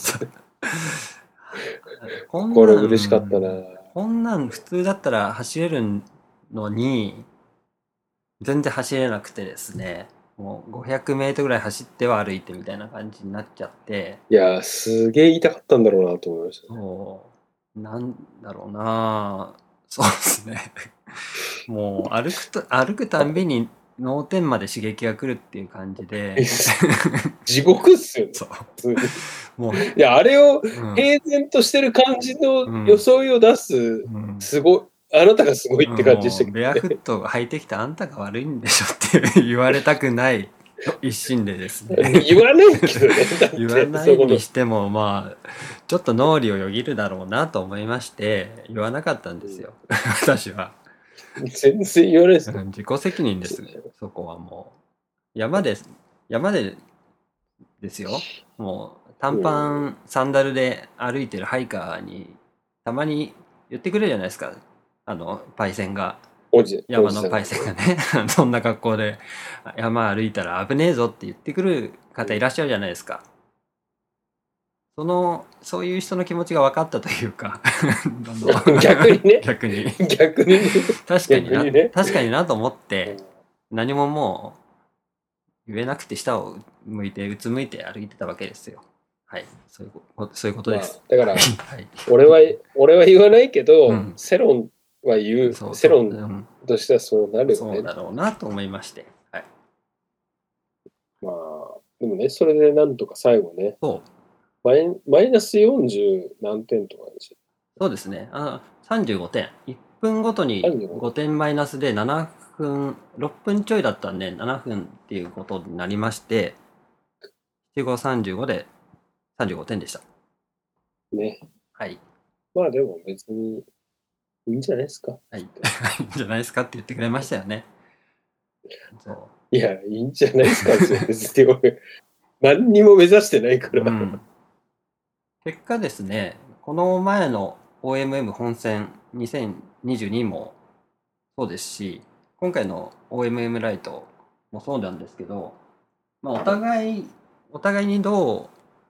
これ嬉しかったな。 こんなん普通だったら走れるのに全然走れなくてですねもうごひゃくメートルぐらい走っては歩いてみたいな感じになっちゃっていやすげえ言いたかったんだろうなと思いました、 ね、そうなんだろうなそうですねもう歩くと歩くたんびに脳天まで刺激が来るっていう感じで地獄っすよね。 そうもういやあれを平然としてる感じの装いを出す、うん、すごいあなたがすごいって感じでしたけど、ね、 ベアフットが履いてきたあんたが悪いんでしょって言われたくない一心でですね言わないけどね言わないにしてもまあちょっと脳裏をよぎるだろうなと思いまして言わなかったんですよ、うん、私は全然言わないですね。 自己責任ですそこはもう山で山でですよもう短パンサンダルで歩いてるハイカーにたまに言ってくれるじゃないですかあのパイセンが山のパイセンがねそんな格好で山歩いたら危ねえぞって言ってくる方いらっしゃるじゃないですかそのそういう人の気持ちが分かったというか逆にね逆に逆に確かにな、ね、確かになと思って何ももう言えなくて下を向いてうつむいて歩いてたわけですよはいそういうことそういうことです、 まあ、だから、はい、俺は俺は言わないけど、うん、世論は言うそうそう世論としてはそうなるよねそうだろうなと思いまして、はい、 まあでもねそれでなんとか最後ねそうマイ、マイナスよんじゅう何点とかでしょそうですねあさんじゅうごてんいっぷんごとにごてんマイナスでななふんろっぷんちょいだったんでななふんっていうことになりましてななごさんじゅうごでさんじゅうごてんでしたねはいまあでも別にいいんじゃないですかはいいいんじゃないですかって言ってくれましたよねそういやいいんじゃないですか別に何にも目指してないから、うん、 結果ですねこの前の オーエムエム 本戦にせんにじゅうにもそうですし今回の オーエムエム ライトもそうなんですけど、まあ、お互いお互いにどう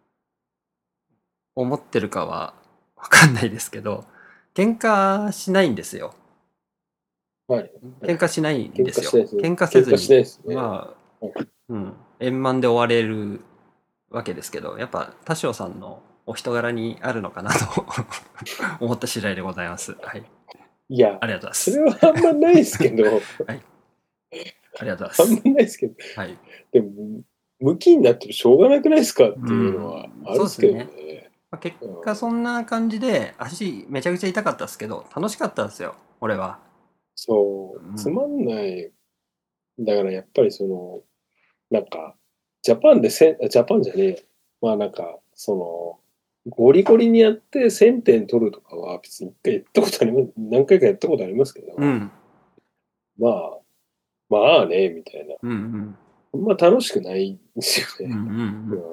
思ってるかは分かんないですけど喧嘩しないんですよ。 はい、 喧嘩しないんですよ。喧嘩せずに、 ね、まあ、うん、円満で終われるわけですけどやっぱ田代さんのお人柄にあるのかなと思った次第でございます。はい。 いや、 ありがとうございます。 それはあんまないですけど。はい。 ありがとうございます。 あんまないですけど。 はい。 でも、向きになってもしょうがなくないですかっていうのはあるんですけどね。うん、ねまあ、結果そんな感じで足めちゃくちゃ痛かったですけど楽しかったんですよ俺は。 そう、つまんない。だからやっぱりその、なんか、ジャパンでせん、ジャパンじゃねえよ。まあなんか、その、ゴリゴリにやってせんてん取るとかは別に一回やったことあります。何回かやったことありますけど、 うん、 まあ、まあね、みたいな。 うんうん、まあ楽しくないんですよね。 うんうんうん、 だ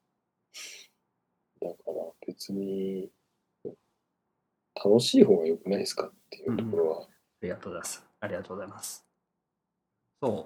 から別に、楽しい方が良くないですかっていうところは。うん、ありがとうございます。ありがとうございます。そう。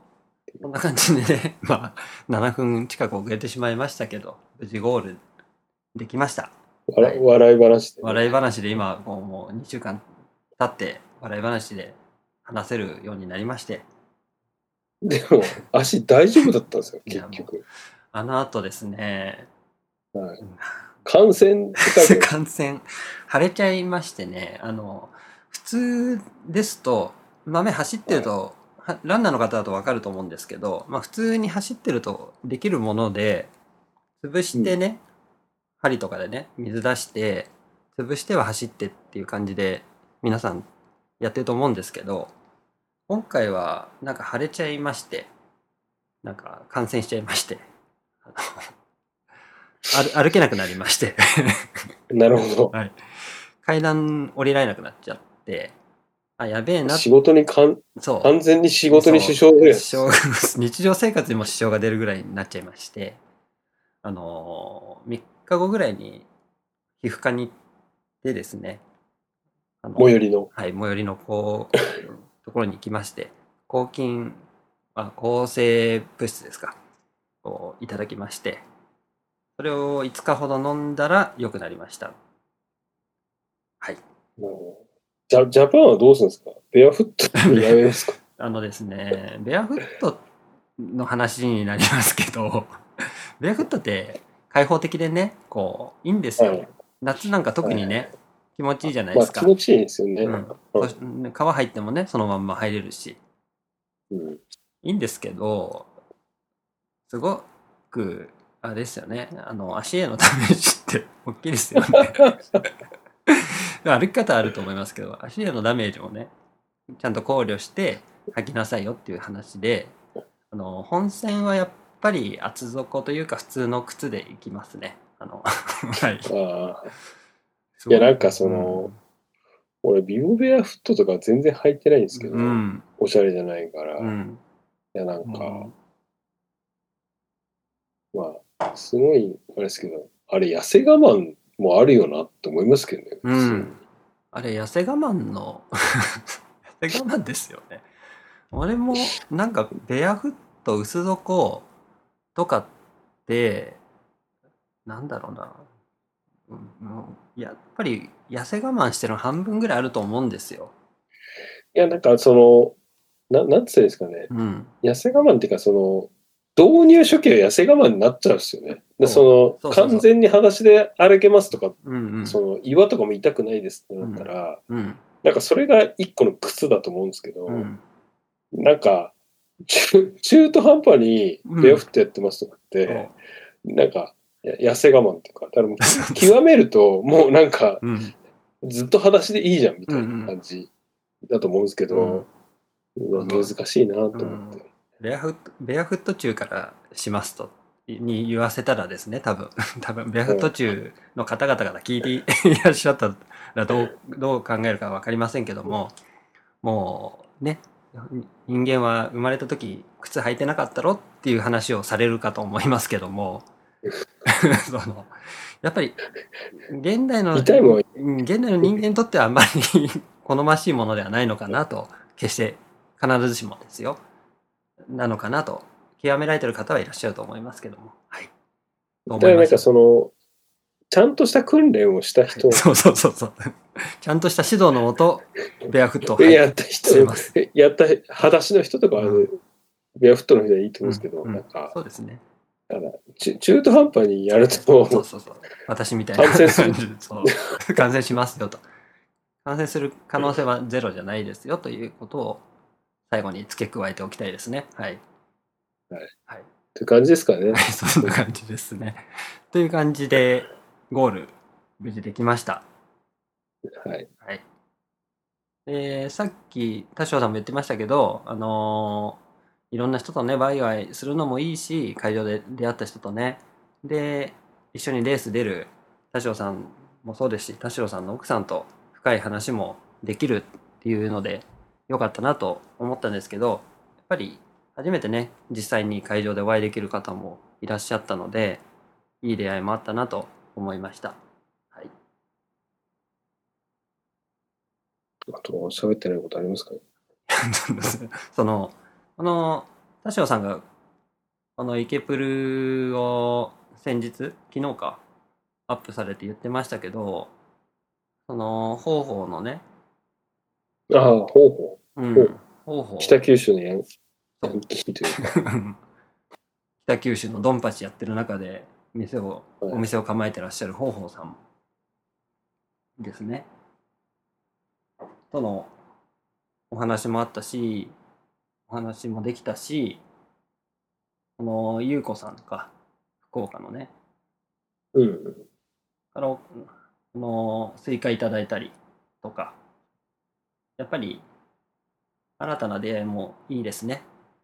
こんな感じでね、まあ、ななふん近く遅れてしまいましたけど、無事ゴールできました。 はい、笑い話で、ね。笑い話で今、もうにしゅうかん経って、笑い話で話せるようになりまして。 でも、足大丈夫だったんですよ、結局。 あの後ですね、 はい、感染感染、腫れちゃいましてね、あの、普通ですと、豆走ってると、はい、ランナーの方だと分かると思うんですけど、まあ、普通に走ってるとできるもので潰してね、うん、針とかでね水出して潰しては走ってっていう感じで皆さんやってると思うんですけど今回はなんか腫れちゃいましてなんか感染しちゃいまして歩けなくなりましてなるほど、 はい、階段降りられなくなっちゃってあやべえな仕事にかんそう完全に仕事に支障が出る日常生活にも支障が出るぐらいになっちゃいましてあのー、みっかごぐらいに皮膚科に行っでですね、あの最寄りの。 はい、最寄りのこうところに行きまして、抗菌、あ、抗生物質ですか、をいただきまして、それをいつかほど飲んだら良くなりました。はい。 ジャジャパンはどうするんですか？ベアフットにやめますか？ あのですね、ベアフットの話になりますけど、ベアフットって開放的でね、こういいんですよ。 はい、 夏なんか特にね、 はい、 気持ちいいじゃないまあですか。 気持ちいいですよね。 うんそし川入ってもね、そのまんま入れるし、 うん、 いいんですけど、すごくあれですよね、あの足へのダメージって大きいですよね。歩き方あると思いますけど、足へのダメージをね、ちゃんと考慮して履きなさいよっていう話で、あの本線はやっぱり厚底というか普通の靴で行きますね。あのはい。 あすごいやなんかその、うん、俺ビボベアフットとか全然履いてないんですけど、うん、おしゃれじゃないから、うん、いやなんか、うん、まあすごいあれですけど、あれ痩せ我慢もあるよなって思いますけどね。 うん、あれ痩せ我慢の痩せ我慢ですよね。俺もなんかベアフット薄底とかってなんだろうな、うん、やっぱり痩せ我慢してるの半分ぐらいあると思うんですよ。 いやなんかそのななんつうんですかね、うん、痩せ我慢っていうかその導入初期は痩せ我慢になっちゃうんですよね。でその完全に裸足で歩けますとか、うんうん、その岩とかも痛くないですってなったら、うんうん、なんかそれが一個の靴だと思うんですけど、うん、なんか中中途半端にベアフットやってますとかって、うん、なんか痩せ我慢っていうか、だからもう極めるともうなんか、うん、ずっと裸足でいいじゃんみたいな感じだと思うんですけど、うん、難しいなと思って、うん、 ベアフットベアフット中からしますとに言わせたらですね、多分多分ベアフット中の方々から聞いていらっしゃったらどうどう考えるか分かりませんけども、もうね、人間は生まれた時靴履いてなかったろっていう話をされるかと思いますけどもそのやっぱり現代の現代の人間にとってはあんまり好ましいものではないのかなと、決して必ずしもですよなのかなと極められてる方はいらっしゃると思いますけども、はい。 だからなんかそのちゃんとした訓練をした人、 そうそうそうそう、ちゃんとした指導のもとベアフットを履いてやった人、やった裸足の人とかは、うん、ベアフットの人はいいと思うんですけど、うんうん、なんかそうですね。 だから中途半端にやるとそうそうそう、私みたいな感染するそう感染しますよと、感染する可能性はゼロじゃないですよということを最後に付け加えておきたいですね。はい。 はい。はい、という感じですかね。 はい、そんな感じですね。という感じでゴール無事できました。 はい。 はい。でさっき田代さんも言ってましたけど、あのー、いろんな人とねワイワイするのもいいし、会場で出会った人とね、で一緒にレース出る田代さんもそうですし、田代さんの奥さんと深い話もできるっていうのでよかったなと思ったんですけど、やっぱり初めてね実際に会場でお会いできる方もいらっしゃったので、いい出会いもあったなと思いました。はい。 あと喋ってないことありますか？ そのあの田代さんがこのイケプルを先日昨日かアップされて言ってましたけど、その方法のね、 ああ方法、 うん、方法北九州のヤンキーというか北九州のドンパチやってる中で店を、はい、お店を構えてらっしゃる方法さんですねとのお話もあったし、お話もできたし、この優子さんとか福岡のね、 うん、 からこのスイカいただいたりとか、やっぱり新たな出会いもいいですね。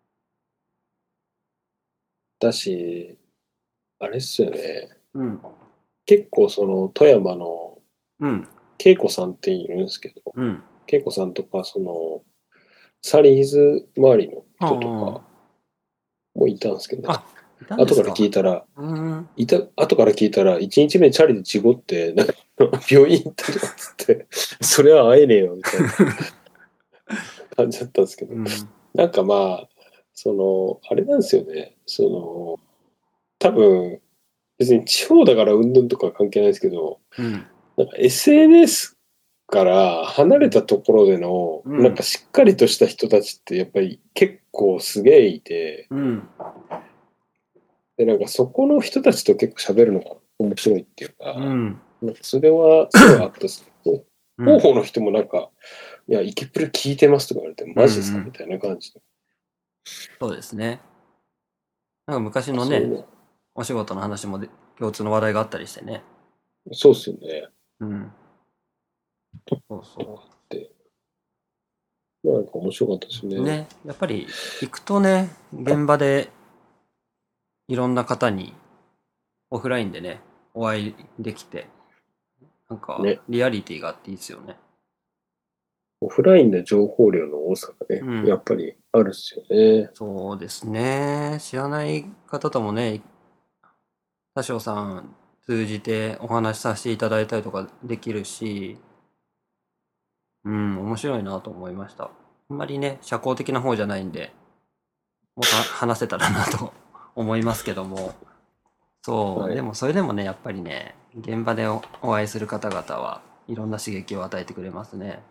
だしあれっすよね、 うん、 結構その富山の恵子さんっているんですけど、 うん、 恵子さんとかそのサリーズ周りの人とかもいたんですけど、ね、 あいたんですか。 後から聞いたら、 うんいた、後から聞いたら、いちにちめチャリで事故って、なんか病院行ったとかっつって、それは会えねえよ、みたいな感じだったんですけど、 うんなんかまあ、その、あれなんですよね、その、多分、別に地方だからうんぬんとか関係ないですけど、 うんなんか エスエヌエス から離れたところでの、 うんなんかしっかりとした人たちってやっぱり結構すげえいて、 うんで、なんかそこの人たちと結構喋るのが面白いっていうか、 うんなんかそれはすごいあったですけど、 うん広報の人もなんか、いや、イケプレ聞いてますとか言われて、マジですかうんうんみたいな感じで。 そうですね。なんか昔のねそういうのお仕事の話もで共通の話題があったりしてね。 そうっすよね。 うんそうそで、なんか面白かったですね。 うね。やっぱり行くとね現場でいろんな方にオフラインでねお会いできてなんかねリアリティがあっていいですよね。 オフラインで情報量の多さがね、 うんやっぱりあるっすよね。 そうですね。知らない方ともね多少さん通じてお話しさせていただいたりとかできるし、うん面白いなと思いました。あんまりね社交的な方じゃないんでもっと話せたらなと思いますけども、そう、 はいでもそれでもねやっぱりね現場でおお会いする方々はいろんな刺激を与えてくれますね。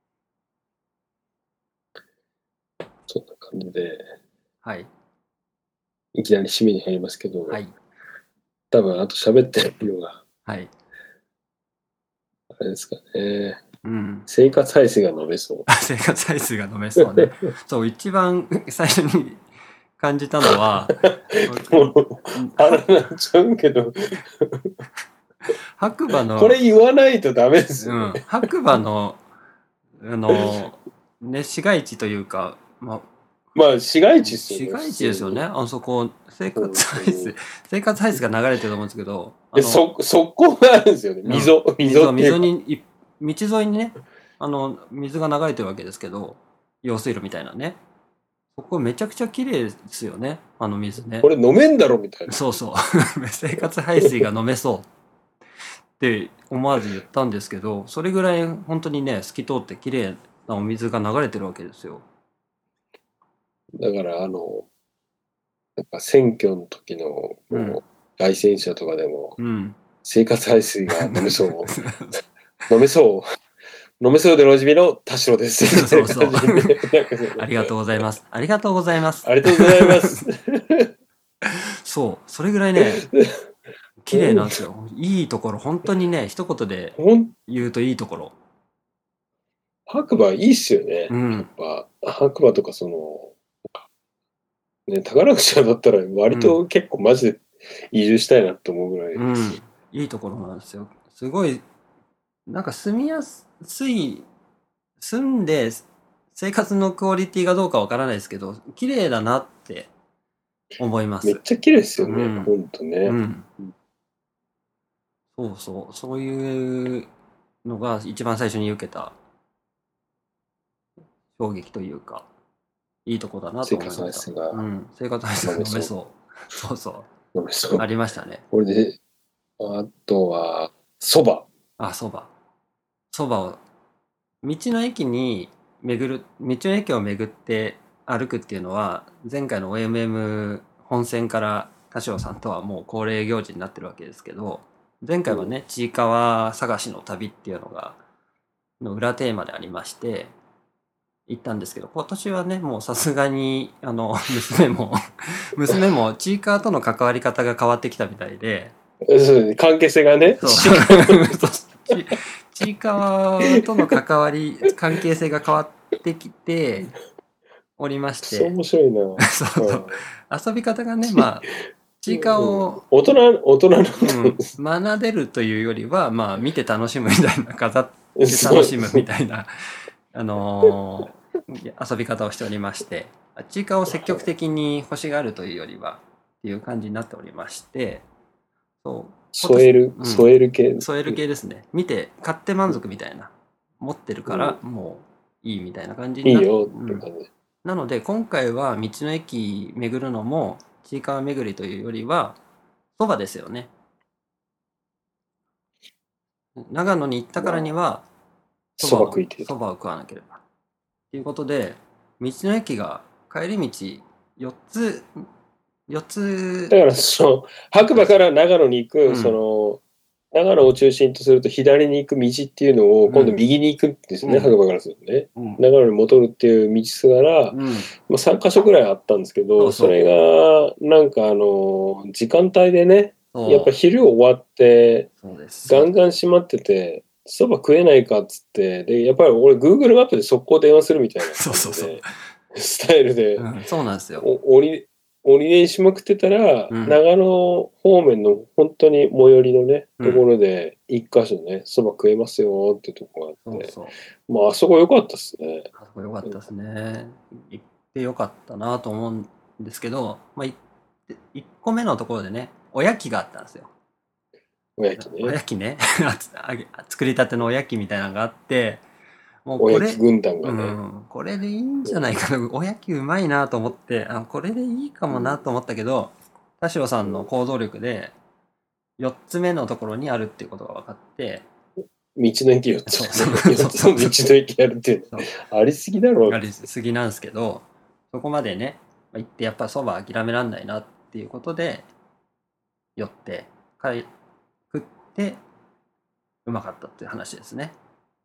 そんな感じで、 はいいきなり締めに入りますけど、 はい多分あと喋ってるのが、 はいあれですかね。 うん生活排水が飲めそう。 生活排水が飲めそうね。そう一番最初に感じたのはもう、あれなっちゃうけど、 白馬のこれ言わないとダメですよね。 うん、白馬のあのね市街地というか、まあ、 まあ、市街地っすよね。 市街地ですよね。あそこ生活排本当水に生活排水が流れてると思うんですけど、あで、 のそ、側溝があるんですよね。 うん溝、溝溝っていうか。 溝にい道沿いにねあの水が流れてるわけですけど、用水路みたいなね。そこめちゃくちゃ綺麗ですよね、あの水ねこ。れ飲めんだろみたいな。 そうそう生活排水が飲めそうって思わず言ったんですけど、それぐらい本当にね透き通って綺麗なお水が流れてるわけですよ。 だから、あの、なんか選挙の時の、もううん街宣車とかでも、 うん生活排水が飲めそう。飲めそう。飲めそうでおなじみの田代です。 そうそうみたいな感じでなんかそのありがとうございますありがとうございますありがとうございます。 そうそれぐらいね綺麗なんですよ。いいところ本当にね一言でほん言うといいところ。 白馬いいっすよね。 うんやっぱ、白馬とかその、ね、宝くじだったら割と結構マジで移住したいなと思うぐらい。 うんいいところなんですよ。すごいなんか住みやすい住んで生活のクオリティがどうかわからないですけど綺麗だなって思います。 めっちゃ綺麗ですよね、 うんほんとね。 うん、そうそうそういうのが一番最初に受けた衝撃というかいいとこだなと思いました。 生活排水がうん、生活排水が飲めそうそうそう飲めそうありましたね。 これで、あとは、そば。 あそばそばを道の駅に巡る道の駅を巡って歩くっていうのは前回の オーエムエム 本線から田代さんとはもう恒例行事になってるわけですけど、前回はね、ちいかわ探しの旅っていうのがの裏テーマでありまして行ったんですけど、今年はねもうさすがにあの娘も娘もちいかわとの関わり方が変わってきたみたいで、 そう関係性がね。 そうちちいかわとの関わり関係性が変わってきておりましそうて面白いな。 そうそう遊び方がねまあちいかわを、 大人、大人の、 うん、学べるというよりはまあ見て楽しむみたいな飾って楽しむみたいなあのー遊び方をしておりまして、ちいかわを積極的に欲しがるというよりはっていう感じになっておりまして、そう添える、 うん添える系。 添える系ですね。見て買って満足みたいな、持ってるからもういいみたいな感じにないいよっうんて感じ。 なので今回は道の駅巡るのもちいかわ巡りというよりはそばですよね。長野に行ったからにはそば食いてえと。 そばを食わなければということで、道の駅が帰り道よっつよっつだからその白馬から長野に行く、 うんその長野を中心とすると左に行く道っていうのを今度右に行くんですね、 うん白馬からするとね。 うん長野に戻るっていう道すがら、 うんまあ、さんかしょぐらいあったんですけど、 そうそうそれがなんかあの時間帯でね、 そうやっぱ昼終わってそうですガンガン閉まってて、そば食えないかっつって、で、やっぱり俺 Google マップで速攻電話するみたいな感じで、 そうそうそうスタイルで、 うん、そうなんですよ。 お折り折り練しまくってたら、 うん長野方面の本当に最寄りのね、 うんところで一箇所ね、そば食えますよってとこがあって、 そうそう。 まああそこ良かったっすね。 あそこ良かったですね。行って良かったなと思うんですけど、まあ、いいっこめのところでね、おやきがあったんですよ。 おやきおね。 やきねあげ作りたてのおやきみたいなのがあって、もうこれおやき軍団がうね。 ん、これでいいんじゃないかな、おやきうまいなと思って、あこれでいいかもなと思ったけど、田代さんの行動力でよっつめのところにあるっていうことが分かって、 道の駅よっつ。 そうそうよっつの道の駅やるっていうそうの。ありすぎだろうあ。りすぎなんですけど、そこまでね、まあ行ってやっぱそば諦めらんないなっていうことで、寄って、帰食って、うまかったっていう話ですね。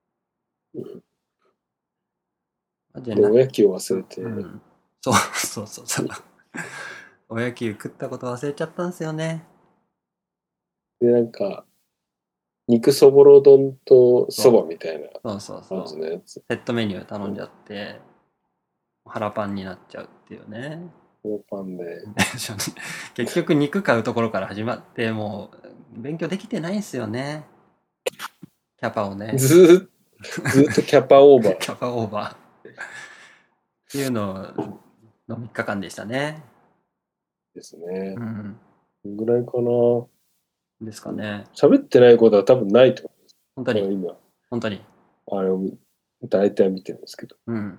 じゃあなでおやきを忘れて、 うん、そうそうそうそう。おやき食ったこと忘れちゃったんですよね。 で、なんか、肉そぼろ丼とそばみたいなそうそうそ感じう。 のやつ。 セットメニュー頼んじゃって、腹パンになっちゃうっていうね。 このパンで。 結局肉買うところから始まって、もう勉強できてないんですよね。キャパをね。 ずーっと、ずーっとキャパオーバー。 キャパオーバー。っていうののみっかかんでしたね。 ですねう。ん。 こんぐらいかな。 ですかね。 喋ってないことは多分ないと思本当に、 う。今、 本当に。 あれを見大体見てるんですけど。 うん。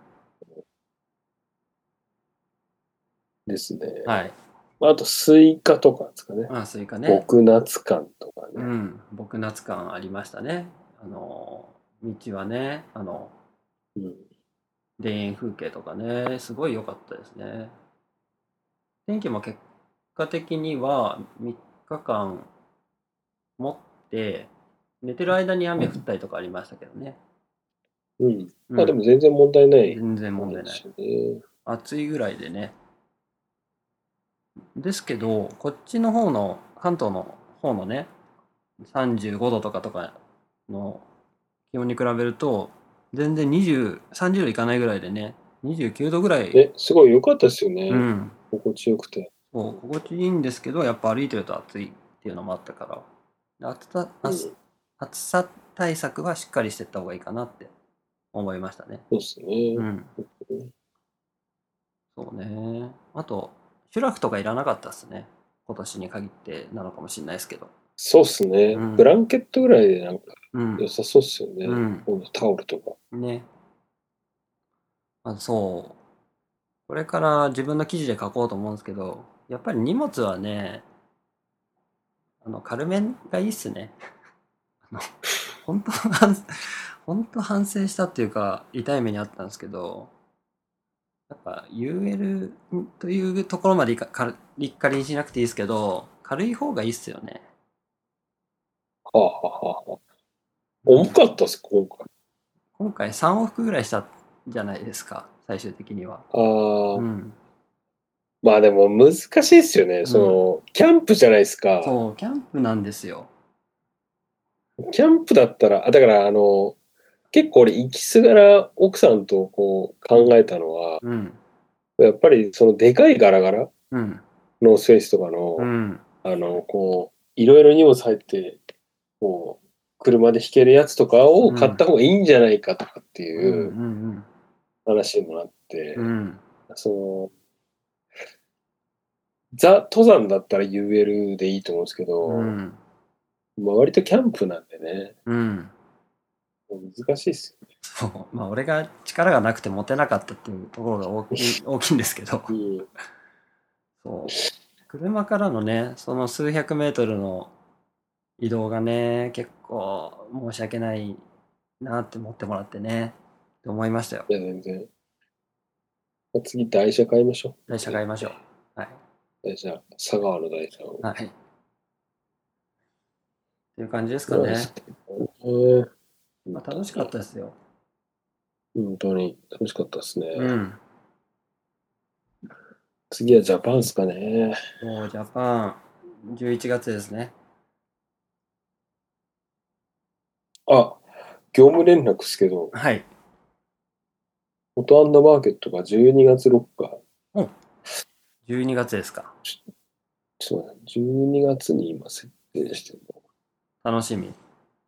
ですね。 はい。 あと、スイカとかですかね。 あ、スイカね。 僕夏感とかね。 うん。僕夏感ありましたね。あの、道はね、あの、 うん。 田園風景とかね、すごい良かったですね。天気も結果的にはみっかかん持って寝てる間に雨降ったりとかありましたけどね。 うん。 うんまあでも全然問題ない。 全然問題ない。 ね。 暑いぐらいでね。ですけど、こっちの方の関東の方のね、さんじゅうごどとかとかの気温に比べると全然にじゅう、さんじゅうどいかないぐらいでね、にじゅうきゅうどぐらい、 ね、すごい良かったですよね。 うん、 心地よくて。 そう心地いいんですけど、やっぱ歩いてると暑いっていうのもあったから、暑さ暑うん暑さ対策はしっかりしていった方がいいかなって思いましたね。 そうですね。 うん、そうね。あと、シュラフとかいらなかったですね。今年に限ってなのかもしれないですけど。 そうっすね、 うんブランケットぐらいでなんかうん良。さそうっすよね。 うんこのタオルとか。 ね。あ、そう。これから自分の記事で書こうと思うんですけど、やっぱり荷物はね、あの軽めがいいっすね。あの本当反本当反省したっていうか痛い目にあったんですけど、やっぱ ユーエル というところまでいかかりっかりにしなくていいですけど、軽い方がいいっすよね。 はあ、はあはあはあ、重かったっす、今回。 今回さん往復ぐらいしたじゃないですか、最終的には。 ああ、 うん。 まあでも難しいっすよね。その、キャンプじゃないですか。 そう、キャンプなんですよ。 キャンプだったら、あだからあの、結構俺行きすがら奥さんとこう考えたのは、 うん。 やっぱりそのでかいガラガラうん。 ノースフェイスとかの、 うん。 あの、こう、いろいろ荷物入って、こう、車で引けるやつとかを買った方がいいんじゃないかとかってうん。 いううん。 話にもなって、 うん。 その、ザ登山だったら ユーエル でいいと思うんですけど、 うん。 まあ割とキャンプなんでね、 うん。 難しいっすよね。 そう。まあ、俺が力がなくて持てなかったっていうところが大きい、大きいんですけど。 うん、 そう。 車からのね、その数百メートルの移動がね、結構申し訳ないなって思ってもらってね、って思いましたよ。 いや、全然。次、台車買いましょう。 台車買いましょう。はい。 台車、佐川の台車を。 はい。っていう感じですかね。 そうですね。 まあ、楽しかったですよ。 本当に楽しかったですね。 うん。 次はジャパンですかね。 もうジャパン、じゅういちがつですね。 あ、業務連絡ですけど、 はい。 フォトアンドマーケットがじゅうにがつろっか。 うん。じゅうにがつですか。 ちょっと待って、じゅうにがつに今設定してる楽しみ。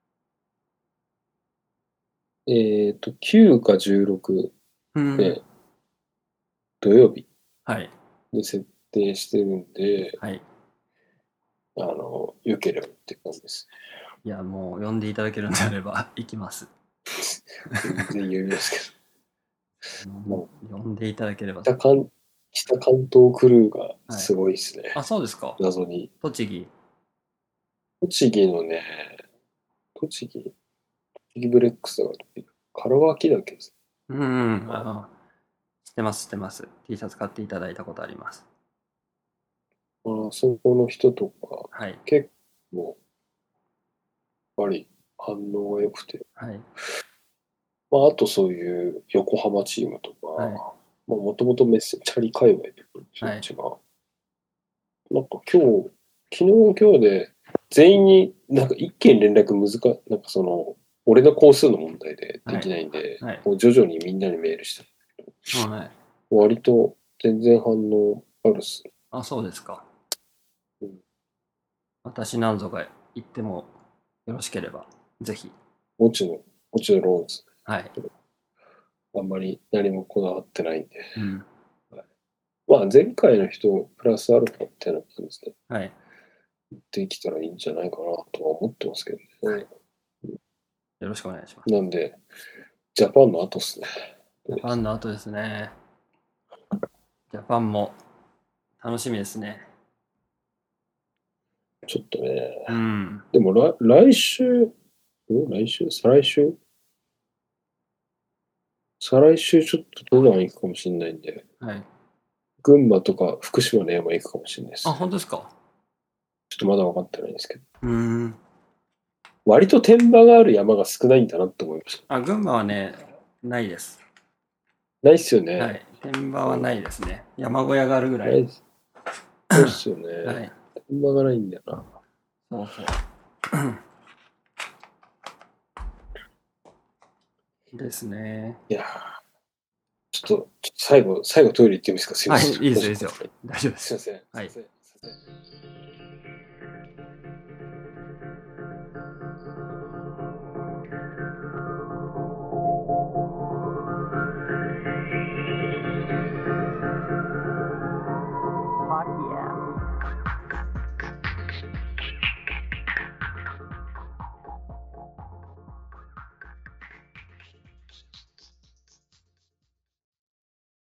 の。えっ、と、きゅうかじゅうろくうん。 で、土曜日はい。 に設定してるんで、 はい。 あの、良ければって感じです。 いや、もう呼んでいただけるんであれば行きます。 全然余裕ですけど。も呼んでいただければう。北関北関東クルーがすごいですね。 あ、そうですか。 謎に。 栃木。 栃木のね、栃木、栃木ブレックスだから、門脇だけです。 うんうん。あ知ってます、知ってます。T シャツ買っていただいたことあります。 あそこの人とか、 はい。 結構、やっぱり反応が良くて、 はい。 まあ、あとそういう横浜チームとか、 はいまあ、もともとメッセチャリ界隈とかの人たちが、なんか今日、昨日今日で、全員になんか一件連絡難か、なんかその、俺の工数の問題でできないんで、 はいはいもう徐々にみんなにメールした。 はい。 割と全然反応あるっす。 あ、そうですか。 うん私何ぞか言ってもよろしければ、ぜひ。 もちの、もちのローンズ。 はい。 あんまり何もこだわってないんで。 うん。 まあ前回の人、プラスアルファみたいな感じではい。 できたらいいんじゃないかなとは思ってますけどね。 よろしくお願いします。 なんで、ジャパンの後っすね。 ジャパンの後ですね。ジャパンも楽しみですね。 ちょっとね。 うん。 でも来来週、ん来週再来週再来週ちょっと登山行くかもしれないんで、 はい。 群馬とか福島の山行くかもしれないです。 あ、 ちょ本当ですか。 っとまだ分かってないんですけど。 うーん。 割と天場がある山が少ないんだなって思いました。 あ、群馬はね、ないです。 ないっすよね。 はい。天場はないですね。山小屋があるぐらい。 ないっす。そうっすよね。 はい。 天場がないんだよな。 そうそう。ですね。 いやーちょっと、ちょっと最後、最後トイレ行ってみますか。すいません。 はい、いいですよ、いいですよ。大丈夫ですす。 いません。 はいすいません。すいません。 Fuck yeah.